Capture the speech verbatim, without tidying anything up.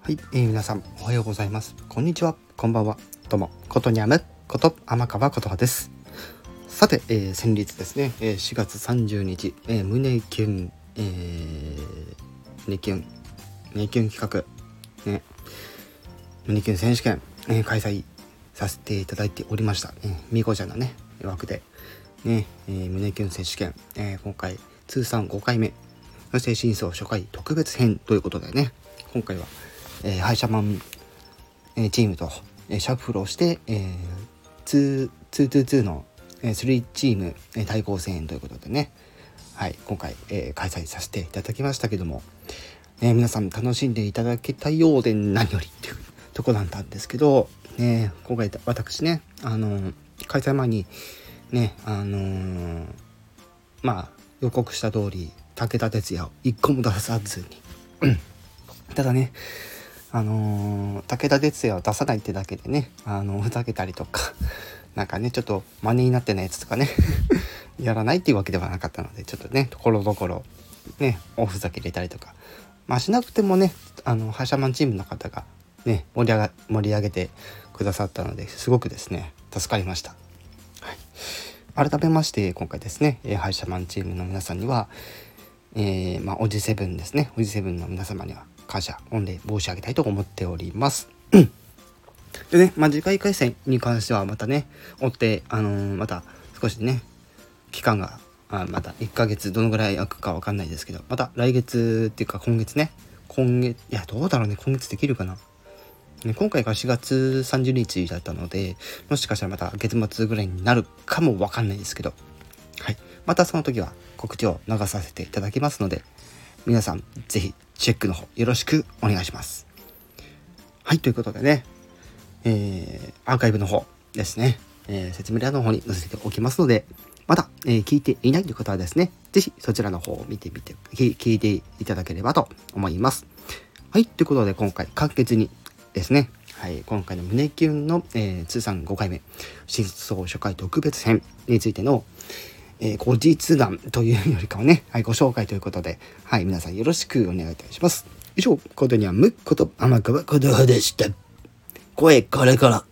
はい、えー、皆さんおはようございます。こんにちは、こんばんは。どうも、ことにゃむこと天川ことはです。さて、えー、先日ですね、えー、しがつさんじゅうにち、えー、胸キュン、えー、胸キュン胸キュン企画、ね、胸キュン選手権、えー、開催させていただいておりました。えー、みこちゃんのね枠で、ねえー、胸キュン選手権、えー、今回通算ごかいめ、そして新装初回特別編ということでね、今回はえー、ハイシャマン、えー、チームと、えー、シャッフルをして、えー、ツーツーツーの、えー、スリーチーム、えー、対抗戦ということでね、はい、今回、えー、開催させていただきましたけども、ね、皆さん楽しんでいただけたようで何よりっていうところだったんですけど、ね、今回私ね、あのー、開催前にね、あのー、まあ予告した通り武田鉄矢を一個も出さずにただね、あのー、武田鉄矢を出さないってだけでね、あのふざけたりとかなんかねちょっと真似になってないやつとかねやらないっていうわけではなかったので、ちょっとねところどころねおふざけ入れたりとか、まあしなくてもね、あのハイシャマンチームの方がね盛り上が盛り上げてくださったので、すごくですね助かりました。はい、改めまして今回ですね、ハイシャマンチームの皆さんには、えー、まあオジセブンですね、オジセブンの皆様には感謝御礼申し上げたいと思っておりますでね、まあ、次回開催に関してはまたね追って、あのー、また少しね期間があまたいっかげつどのぐらい空くか分かんないですけど、また来月っていうか今月ね今月いやどうだろうね今月できるかな、ね、今回がしがつさんじゅうにちだったので、もしかしたらまた月末ぐらいになるかも分かんないですけど、はい、またその時は告知を流させていただきますので、皆さんぜひチェックの方よろしくお願いします。はい、ということでね、えー、アーカイブの方ですね、えー、説明欄の方に載せておきますので、まだ、えー、聞いていないという方はですね、ぜひそちらの方を見てみて聞いていただければと思います。はい、ということで今回簡潔にですね、はい、今回の胸キュンの、えー、通算ごかいめ新装初回特別編についてのえー、後日談というよりかはね、はい、ご紹介ということで、はい、皆さんよろしくお願いいたします。以上、ことにはむこと天川ことはでした。声これから。